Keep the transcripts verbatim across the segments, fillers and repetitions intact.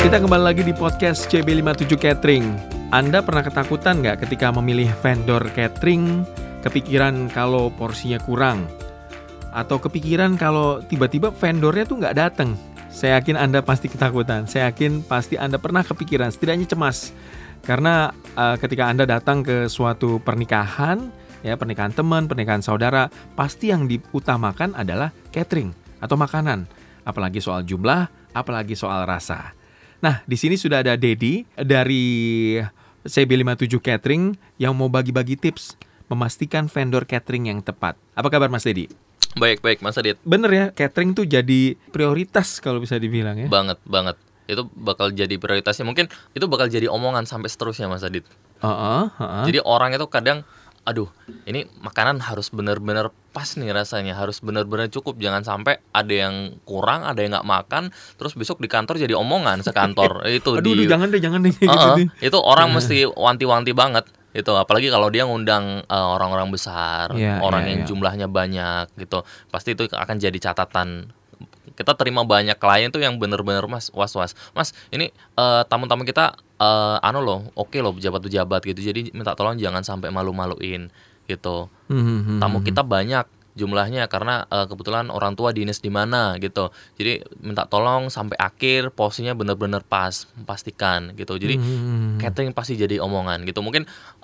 Kita kembali lagi di podcast C B lima tujuh Catering. Anda pernah ketakutan nggak ketika memilih vendor catering, kepikiran kalau porsinya kurang? Atau kepikiran kalau tiba-tiba vendornya tuh nggak datang? Saya yakin Anda pasti ketakutan. Saya yakin pasti Anda pernah kepikiran, setidaknya cemas. Karena uh, ketika Anda datang ke suatu pernikahan, ya pernikahan teman, pernikahan saudara, pasti yang diutamakan adalah catering atau makanan. Apalagi soal jumlah, apalagi soal rasa. Nah, di sini sudah ada Dedi dari C B lima tujuh Catering yang mau bagi-bagi tips memastikan vendor catering yang tepat. Apa kabar Mas Dedi? Baik-baik Mas Adit. Bener ya, catering tuh jadi prioritas kalau bisa dibilang ya. Banget, banget. Itu bakal jadi prioritasnya. Mungkin itu bakal jadi omongan sampai seterusnya Mas Adit. Uh-uh, uh-uh. Jadi orang itu kadang, aduh, ini makanan harus benar-benar pas nih rasanya, harus benar-benar cukup, jangan sampai ada yang kurang, ada yang nggak makan, terus besok di kantor jadi omongan sekantor. Itu aduh, di, aduh, jangan deh, jangan deh. uh-uh, gitu. Itu orang mesti wanti-wanti banget. Itu apalagi kalau dia ngundang uh, orang-orang besar, yeah, orang yeah, yang yeah. jumlahnya banyak gitu, pasti itu akan jadi catatan. Kita terima banyak klien tuh yang benar-benar mas was-was, mas ini uh, tamu-tamu kita uh, anu loh, oke loh pejabat-pejabat gitu, jadi minta tolong jangan sampai malu-maluin gitu. Hmm, Tamu kita banyak jumlahnya karena uh, kebetulan orang tua dinas di mana gitu, jadi minta tolong sampai akhir porsinya benar-benar pas, pastikan gitu. Jadi hmm. catering pasti jadi omongan gitu. Mungkin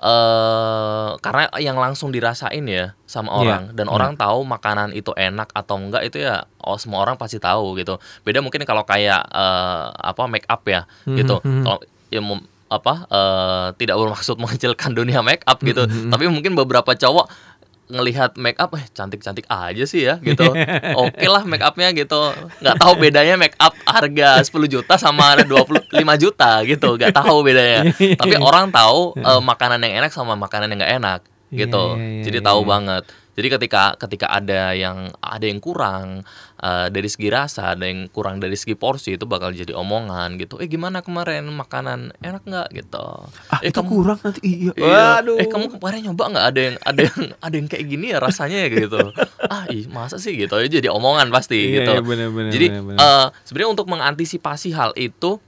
uh, karena yang langsung dirasain ya sama orang, yeah, dan yeah. orang tahu makanan itu enak atau enggak itu ya, oh semua orang pasti tahu gitu. Beda mungkin kalau kayak uh, apa make up ya gitu. Hmm. Kalau ya apa uh, tidak bermaksud mengecilkan dunia make up gitu, hmm. tapi mungkin beberapa cowok ngelihat make up, eh cantik-cantik aja sih ya gitu. Oke lah make upnya gitu. Nggak tahu bedanya make up harga sepuluh juta sama dua puluh lima juta gitu. Nggak tahu bedanya. Tapi orang tahu uh, makanan yang enak sama makanan yang nggak enak gitu. Yeah, yeah, yeah, Jadi yeah, tahu yeah. banget. Jadi ketika ketika ada yang ada yang kurang uh, dari segi rasa, ada yang kurang dari segi porsi, itu bakal jadi omongan gitu. Eh gimana kemarin makanan enak nggak gitu? Ah, eh itu kamu kurang nanti. Iya. Iya. Waduh. Eh kamu kemarin nyoba nggak ada yang ada yang ada yang kayak gini ya rasanya ya gitu. Ah ih masa sih gitu. Ya jadi omongan pasti Iya, gitu. iya, bener, bener, Jadi bener, bener. Uh, sebenarnya untuk mengantisipasi hal itu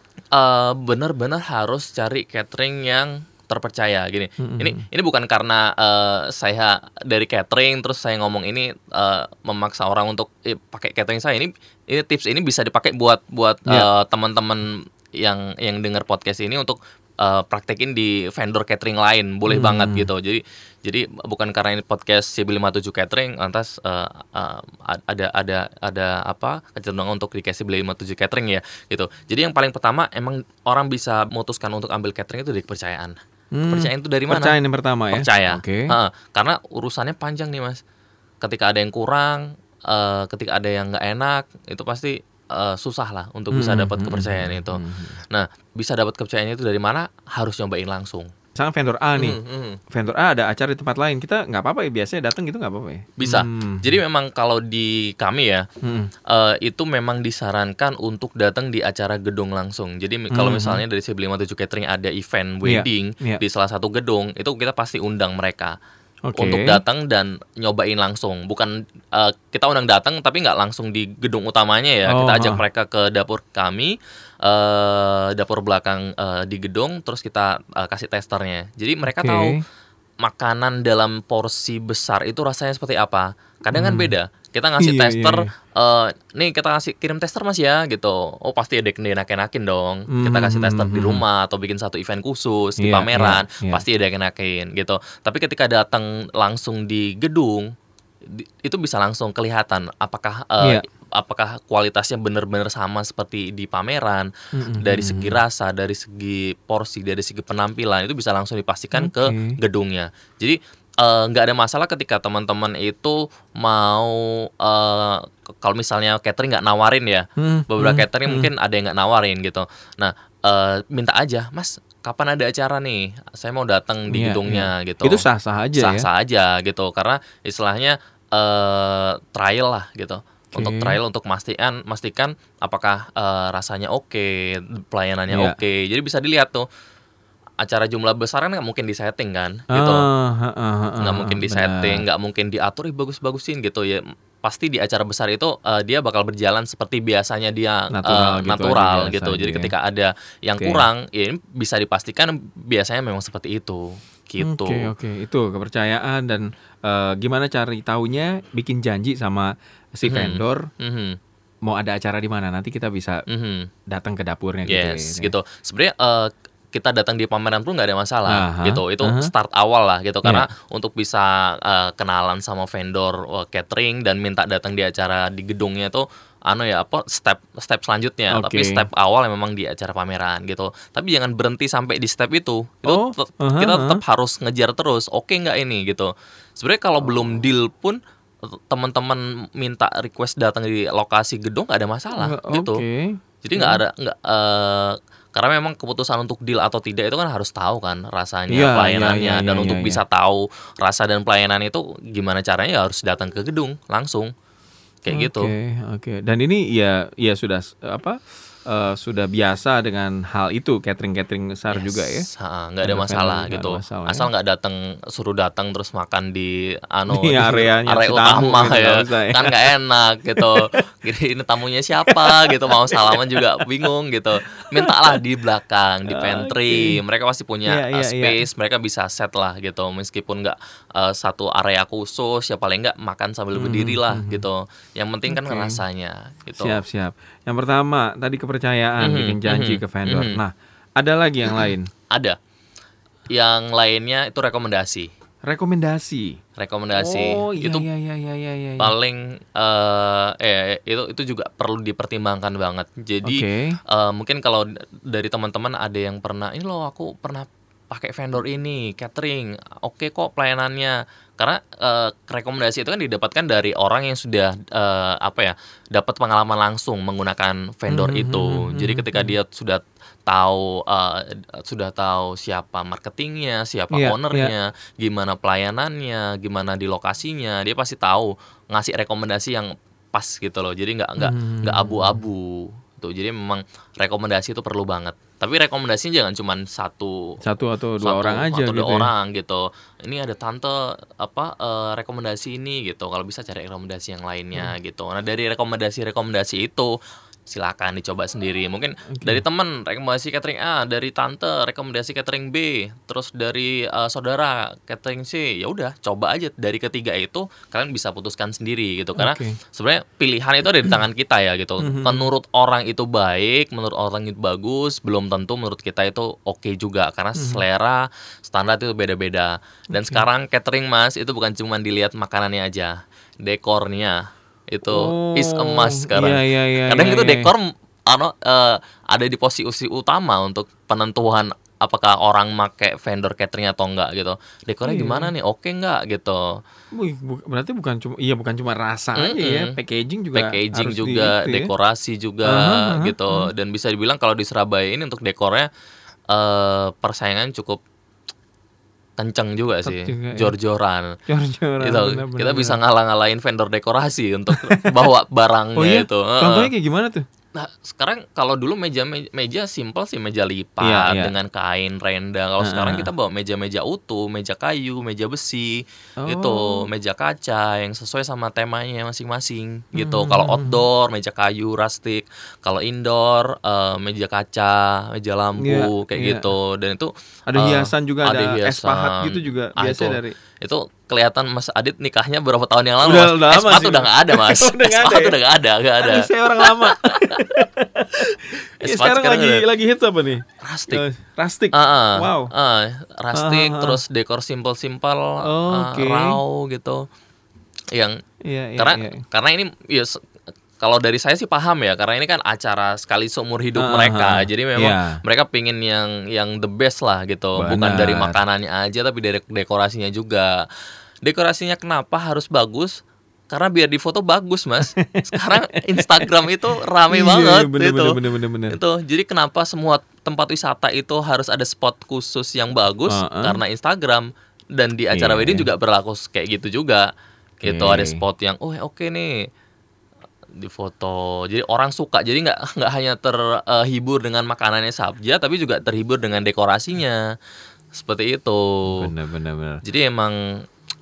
uh, benar-benar harus cari catering yang terpercaya gini. Mm-hmm. Ini ini bukan karena uh, saya dari catering terus saya ngomong ini uh, memaksa orang untuk eh, pakai catering saya. Ini ini tips ini bisa dipakai buat buat yeah. uh, teman-teman yang yang dengar podcast ini untuk uh, praktekin di vendor catering lain. Boleh mm-hmm. banget gitu. Jadi jadi bukan karena ini podcast C B lima tujuh Catering lantas uh, uh, ada ada ada apa kecenderungan untuk di C B lima tujuh Catering ya gitu. Jadi yang paling pertama emang orang bisa memutuskan untuk ambil catering itu dari kepercayaan. Hmm, Kepercayaan itu dari mana? Percayaan yang pertama ya. Percaya. Okay. Uh, karena urusannya panjang nih mas. Ketika ada yang kurang, uh, ketika ada yang nggak enak, itu pasti uh, susah lah untuk bisa hmm, dapat hmm, kepercayaan hmm, itu. Hmm. Nah, bisa dapat kepercayaan itu dari mana? Harus nyobain langsung. Misalnya vendor A nih, hmm, hmm. vendor A ada acara di tempat lain, kita nggak apa-apa ya, biasanya datang gitu nggak apa-apa ya? Bisa. Hmm. Jadi memang kalau di kami ya, hmm. uh, itu memang disarankan untuk datang di acara gedung langsung. Jadi hmm. kalau misalnya dari C B lima tujuh Catering ada event wedding yeah. Yeah. di salah satu gedung, itu kita pasti undang mereka. Okay. Untuk datang dan nyobain langsung. Bukan uh, kita undang datang tapi nggak langsung di gedung utamanya ya. Oh, kita ajak huh. mereka ke dapur kami, uh, dapur belakang uh, di gedung, terus kita uh, kasih testernya. Jadi mereka okay. tahu makanan dalam porsi besar itu rasanya seperti apa. Kadang hmm. kan beda. Kita ngasih iya, tester, iya, iya. Uh, nih kita kasih kirim tester mas ya gitu. Oh pasti ada yang enak-enakin dong. Hmm, kita kasih tester hmm, di rumah atau bikin satu event khusus di iya, pameran, iya, iya. pasti ada yang enakin gitu. Tapi ketika datang langsung di gedung, di, itu bisa langsung kelihatan apakah uh, iya. apakah kualitasnya benar-benar sama seperti di pameran. Hmm, dari segi rasa, dari segi porsi, dari segi penampilan itu bisa langsung dipastikan okay. ke gedungnya. Jadi nggak uh, ada masalah ketika teman-teman itu mau uh, kalau misalnya catering nggak nawarin ya hmm, beberapa hmm, catering hmm. mungkin ada yang nggak nawarin gitu. Nah uh, minta aja mas kapan ada acara nih saya mau datang di yeah, gedungnya yeah. gitu. Itu sah-sah aja sah-sah ya? aja gitu karena istilahnya uh, trial lah gitu. Okay. Untuk trial untuk mastikan mastikan apakah uh, rasanya oke okay, pelayanannya yeah. oke okay. Jadi bisa dilihat tuh. Acara jumlah besar kan nggak mungkin disetting kan, gitu, uh, uh, uh, uh, nggak mungkin disetting, nggak mungkin diatur, bagus-bagusin gitu ya. pasti di acara besar itu uh, dia bakal berjalan seperti biasanya dia natural, uh, gitu, natural biasa, gitu. Jadi ya. ketika ada yang okay. kurang, ya ini bisa dipastikan biasanya memang seperti itu. Gitu. Oke okay, oke okay. Itu kepercayaan dan uh, gimana cari taunya, bikin janji sama si mm-hmm. vendor. Mm-hmm. Mau ada acara di mana nanti kita bisa mm-hmm. datang ke dapurnya gitu. Yes, ya. gitu. Sebenarnya uh, kita datang di pameran pun nggak ada masalah, uh-huh. gitu. Itu uh-huh. start awal lah, gitu. Karena yeah. untuk bisa uh, kenalan sama vendor uh, catering dan minta datang di acara di gedungnya itu, anu ya apa step step selanjutnya. Okay. Tapi step awal yang memang di acara pameran, gitu. Tapi jangan berhenti sampai di step itu. Itu oh, t- uh-huh. kita tetap harus ngejar terus. Oke nggak ini, gitu. Sebenarnya kalau oh. belum deal pun teman-teman minta request datang di lokasi gedung nggak ada masalah, uh, gitu. Okay. Jadi nggak hmm. ada nggak uh, karena memang keputusan untuk deal atau tidak itu kan harus tahu kan rasanya, yeah, pelayanannya, yeah, yeah, dan yeah, untuk yeah, bisa yeah. tahu rasa dan pelayanan itu gimana caranya, ya harus datang ke gedung langsung kayak okay, gitu. Oke oke. Dan ini ya ya sudah apa? Uh, sudah biasa dengan hal itu, catering-catering besar yes. juga ya. Nggak ada masalah gitu. Ada masalah, asal nggak ya? datang suruh datang terus makan di anu di areanya area utama gitu, ya. ya. Kan nggak enak gitu. Jadi ini tamunya siapa gitu, mau salaman juga bingung gitu. Mintalah di belakang, di pantry. Okay. Mereka pasti punya yeah, yeah, space, yeah. mereka bisa set lah gitu. Meskipun nggak uh, satu area khusus, ya paling nggak makan sambil berdiri lah mm-hmm. gitu. Yang penting okay. kan rasanya gitu. Siap siap. Yang pertama tadi kepercayaan, mm-hmm, bikin janji mm-hmm, ke vendor. Mm-hmm. Nah, ada lagi yang lain? Ada. Yang lainnya itu rekomendasi. Rekomendasi. Rekomendasi. Oh, iya, itu iya, iya, iya, iya, iya. paling uh, eh itu itu juga perlu dipertimbangkan banget. Jadi okay. uh, mungkin kalau dari teman-teman ada yang pernah, ini loh aku pernah pakai vendor ini catering, oke okay kok pelayanannya. Karena uh, rekomendasi itu kan didapatkan dari orang yang sudah uh, apa ya dapat pengalaman langsung menggunakan vendor mm-hmm, itu. Mm-hmm, Jadi ketika mm-hmm. dia sudah tahu uh, sudah tahu siapa marketingnya, siapa yeah, ownernya, yeah. gimana pelayanannya, gimana di lokasinya, dia pasti tahu ngasih rekomendasi yang pas gitu loh. Jadi nggak nggak mm-hmm. nggak abu-abu. Tuh, jadi memang rekomendasi itu perlu banget. Tapi rekomendasinya jangan cuma satu satu atau dua satu, orang aja atau gitu. Dua ya? orang gitu. Ini ada tante apa uh, rekomendasi ini gitu. Kalau bisa cari rekomendasi yang lainnya hmm. gitu. Nah, dari rekomendasi-rekomendasi itu silakan dicoba sendiri. Mungkin okay. dari teman rekomendasi catering A, dari tante rekomendasi catering B, terus dari uh, saudara catering C. Ya udah, coba aja dari ketiga itu kalian bisa putuskan sendiri gitu. Karena okay. sebenarnya pilihan itu ada di tangan kita ya gitu. Menurut orang itu baik, menurut orang itu bagus, belum tentu menurut kita itu oke okay juga karena selera standar itu beda-beda. Dan okay. sekarang catering Mas itu bukan cuma dilihat makanannya aja, dekornya itu oh, is a must sekarang. Iya, iya, iya, Kadang iya, itu iya. dekor ano, uh, ada di posisi utama untuk penentuan apakah orang make vendor catering atau enggak gitu. Dekornya iya. gimana nih? Oke enggak gitu. Wih, bu- berarti bukan cuma iya bukan cuma rasa mm-hmm. aja ya, packaging juga packaging harus juga, di, dekorasi ya? juga uh-huh, gitu. Uh-huh. Dan bisa dibilang kalau di Surabaya ini untuk dekornya uh, persaingan cukup kenceng juga sih, juga, jor-joran. Ya. Jor-joran. Gitu. Bener, bener, kita bener. bisa ngalah-ngalahin vendor dekorasi untuk bawa barangnya oh, iya? itu. Contohnya kayak gimana tuh? Nah, sekarang kalau dulu meja meja simple sih, meja lipat iya, iya. dengan kain renda. Kalau uh-huh. sekarang kita bawa meja-meja utuh, meja kayu, meja besi, oh. gitu, meja kaca yang sesuai sama temanya masing-masing, gitu. Hmm. Kalau outdoor meja kayu, rustic. Kalau indoor uh, meja kaca, meja lampu, yeah, kayak yeah. gitu. Dan itu ada hiasan uh, juga, ada, ada es pahat gitu juga ah, biasa itu. dari itu kelihatan Mas Adit nikahnya berapa tahun yang lalu udah, Mas? Udah es pahat udah nggak ada Mas. Es pahat udah nggak ada, nggak ada. Saya orang lama. ya, sekarang, sekarang lagi ada. lagi hits apa nih? Rustic. Uh, rustic. Uh, uh, wow. Uh, rustic, uh, uh, uh. terus dekor simple-simple, oh, okay. uh, raw gitu. Yang yeah, yeah, karena yeah. karena ini ya kalau dari saya sih paham ya, karena ini kan acara sekali seumur hidup uh, mereka. Uh, Jadi memang yeah. mereka pingin yang yang the best lah gitu. Benar. Bukan dari makanannya aja tapi dari dekorasinya juga. Dekorasinya kenapa harus bagus? Karena biar di foto bagus, Mas. Sekarang Instagram itu rame banget iya, bener, gitu. Bener, bener, bener. Itu. Jadi kenapa semua tempat wisata itu harus ada spot khusus yang bagus? Uh, uh. Karena Instagram. Dan di acara yeah, wedding yeah. juga berlaku kayak gitu juga. Okay. Gitu ada spot yang oh oke okay nih di foto, jadi orang suka, jadi nggak nggak hanya terhibur uh, dengan makanannya saja, tapi juga terhibur dengan dekorasinya, seperti itu. Benar-benar. Jadi emang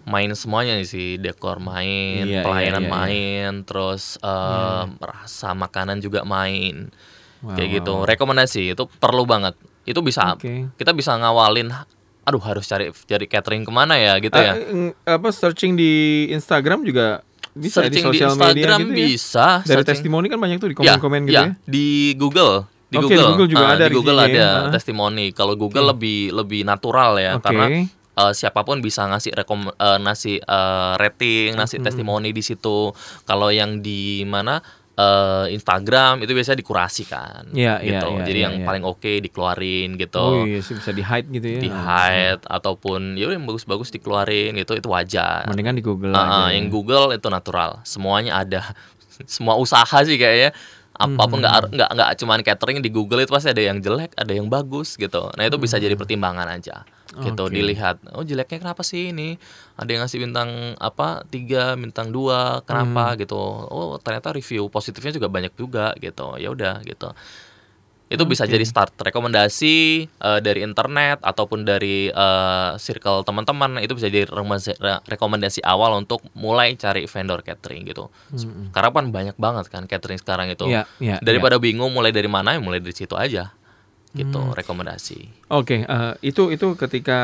main semuanya sih, dekor main, Iya, pelayanan iya, iya, iya. main, terus uh, rasa makanan juga main, Wow, kayak gitu. wow, wow. Rekomendasi itu perlu banget. Itu bisa Oke. kita bisa ngawalin. Aduh, harus cari cari catering kemana ya gitu ya. Eh, apa searching di Instagram juga bisa, di Searching di sosial media Instagram gitu ya? bisa. Dari searching. testimoni kan banyak tuh di komen-komen gitu ya, ya. Di Google, di Oke, di Google, Google juga Ah, ada di Google reviewnya ada ya. Ah. testimoni. Kalau Google lebih lebih natural ya, Oke. karena uh, siapapun bisa ngasih rekom uh, ngasih uh, rating, ngasih Mm-mm. testimoni di situ. Kalau yang di mana uh, Instagram itu biasanya dikurasi kan, Iya, iya, gitu. iya, Jadi iya, yang iya. paling oke dikeluarin gitu. Oh iya sih, bisa di hide gitu ya. Di hide ataupun ya udah yang bagus-bagus dikeluarin gitu, itu wajar. Mendingan di Google Ah, aja. ah, ya. yang Google itu natural, semuanya ada. Semua usaha sih kayaknya, apapun nggak Mhm. nggak nggak cuman catering, di Google itu pasti ada yang jelek, ada yang bagus gitu. Nah itu bisa jadi pertimbangan aja gitu. Oke. Dilihat, oh jeleknya kenapa sih ini, ada yang ngasih bintang apa tiga, bintang dua, kenapa gitu. Oh ternyata review positifnya juga banyak juga gitu. Ya udah gitu. Itu bisa Oke. jadi start rekomendasi uh, dari internet ataupun dari uh, circle teman-teman. Itu bisa jadi rekomendasi, rekomendasi awal untuk mulai cari vendor catering gitu. Mm-mm. Karena kan banyak banget kan catering sekarang itu. Iya, iya, Daripada bingung mulai dari mana, ya mulai dari situ aja. Gitu, Hmm. rekomendasi. Oke, eh, itu itu ketika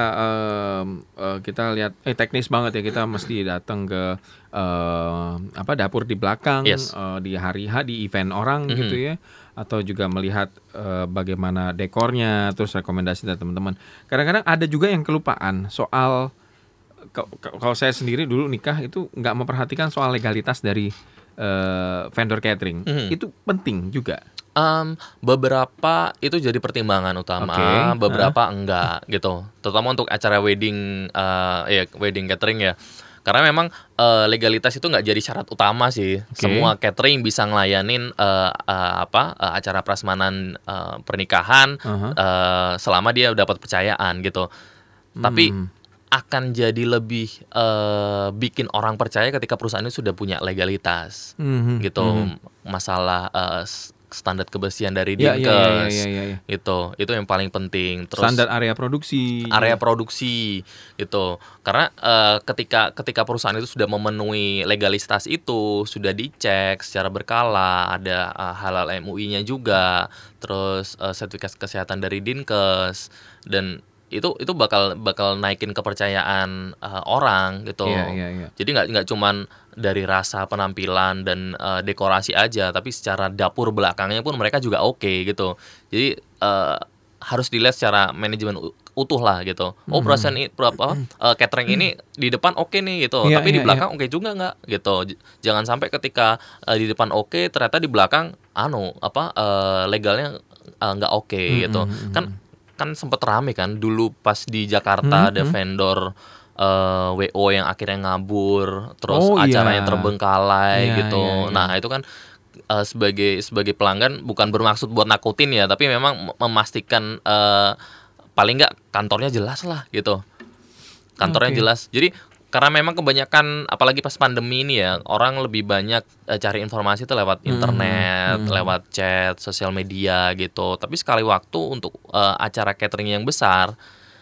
em, eh, kita lihat eh teknis banget ya, kita mesti datang ke eh, apa dapur di belakang, Yes. eh, di hari H di event orang Mhm. gitu ya, atau juga melihat eh, bagaimana dekornya, terus rekomendasi dari teman-teman. Kadang-kadang ada juga yang kelupaan soal ka- ka- kalau saya sendiri dulu nikah itu nggak memperhatikan soal legalitas dari eh, vendor catering. Mhm. Itu penting juga. Um, beberapa itu jadi pertimbangan utama, Oke, beberapa enggak gitu. Terutama untuk acara wedding, uh, ya wedding catering ya. Karena memang uh, legalitas itu nggak jadi syarat utama sih. Oke. Semua catering bisa ngelayanin uh, uh, apa uh, acara prasmanan uh, pernikahan Aha. uh, selama dia dapat percayaan gitu. Tapi Hmm. akan jadi lebih uh, bikin orang percaya ketika perusahaan itu sudah punya legalitas Mhm, gitu. mhm. Masalah uh, standar kebersihan dari Ya, ya, ya, Dinkes ya, ya, ya. itu itu yang paling penting. Terus Standar area produksi. area produksi gitu, karena uh, ketika ketika perusahaan itu sudah memenuhi legalitas itu, sudah dicek secara berkala, ada uh, halal M U I-nya juga, terus uh, sertifikat kesehatan dari Dinkes, dan itu itu bakal bakal naikin kepercayaan uh, orang gitu. Iya, iya, iya. Jadi nggak nggak cuman dari rasa penampilan dan uh, dekorasi aja, tapi secara dapur belakangnya pun mereka juga oke gitu. Jadi uh, harus dilihat secara manajemen u- utuh lah gitu. Oh, perusahaan ini apa uh, catering ini di depan oke nih gitu, Iya, tapi di iya, belakang oke juga nggak gitu. J- Jangan sampai ketika uh, di depan oke, ternyata di belakang anu apa uh, legalnya uh, nggak oke gitu. Mm-mm. Kan kan sempet rame kan dulu pas di Jakarta ada Mm-mm. vendor uh, W O yang akhirnya ngabur, terus Oh, iya. acaranya terbengkalai Iya, gitu. iya, iya. Nah itu kan uh, sebagai sebagai pelanggan bukan bermaksud buat nakutin ya, tapi memang mem- memastikan uh, paling nggak kantornya jelas lah gitu. Kantornya Oke. jelas. Jadi karena memang kebanyakan apalagi pas pandemi ini ya, orang lebih banyak eh, cari informasi itu lewat internet, hmm. lewat chat, sosial media gitu. Tapi sekali waktu untuk eh, acara catering yang besar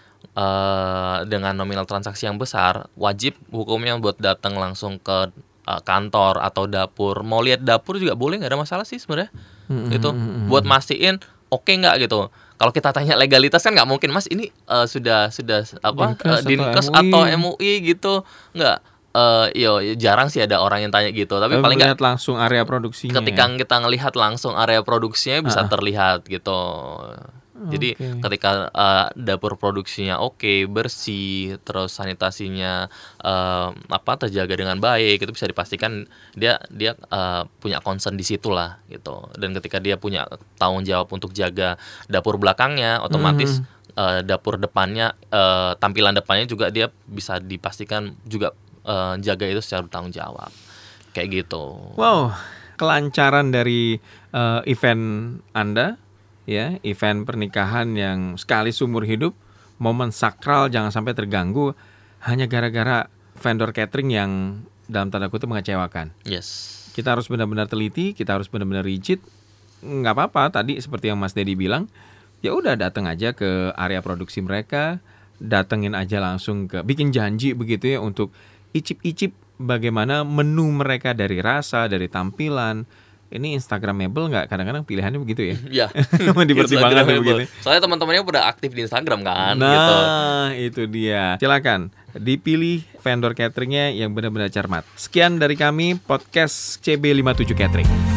eh, dengan nominal transaksi yang besar, wajib hukumnya buat datang langsung ke eh, kantor atau dapur. Mau lihat dapur juga boleh, nggak ada masalah sih sebenarnya. Mm-mm, Gitu. mm-mm. Buat mastiin oke nggak gitu. Kalau kita tanya legalitas kan nggak mungkin, Mas ini eh, sudah sudah apa Dinkes eh, Dinkes atau atau M U I. M U I gitu nggak. Eh yo jarang sih ada orang yang tanya gitu, tapi Tapi paling nggak lihat langsung area produksinya. ketika ya? kita ngelihat langsung area produksinya bisa Ah. terlihat gitu. Jadi Oke. ketika eh, dapur produksinya oke, bersih, terus sanitasinya eh, apa terjaga dengan baik, itu bisa dipastikan dia dia eh, punya concern di situ lah gitu. Dan ketika dia punya tanggung jawab untuk jaga dapur belakangnya, otomatis Mhm. eh, dapur depannya eh, tampilan depannya juga dia bisa dipastikan juga eh, jaga itu secara bertanggung jawab. Kayak gitu. Wow, kelancaran dari eh, event Anda, ya, event pernikahan yang sekali seumur hidup, momen sakral jangan sampai terganggu hanya gara-gara vendor catering yang dalam tanda kutip mengecewakan. Yes. Kita harus benar-benar teliti, kita harus benar-benar rigid. Nggak apa-apa, tadi seperti yang Mas Dedi bilang, ya udah datang aja ke area produksi mereka, datengin aja langsung ke, bikin janji begitu ya untuk icip-icip bagaimana menu mereka dari rasa, dari tampilan. Ini Instagramable nggak? Kadang-kadang pilihannya begitu ya. Iya. Dipertimbangkan begitu. Soalnya teman-temannya udah aktif di Instagram kan. Nah, gitu. itu dia. Silakan dipilih vendor cateringnya yang benar-benar cermat. Sekian dari kami podcast C B lima puluh tujuh Catering.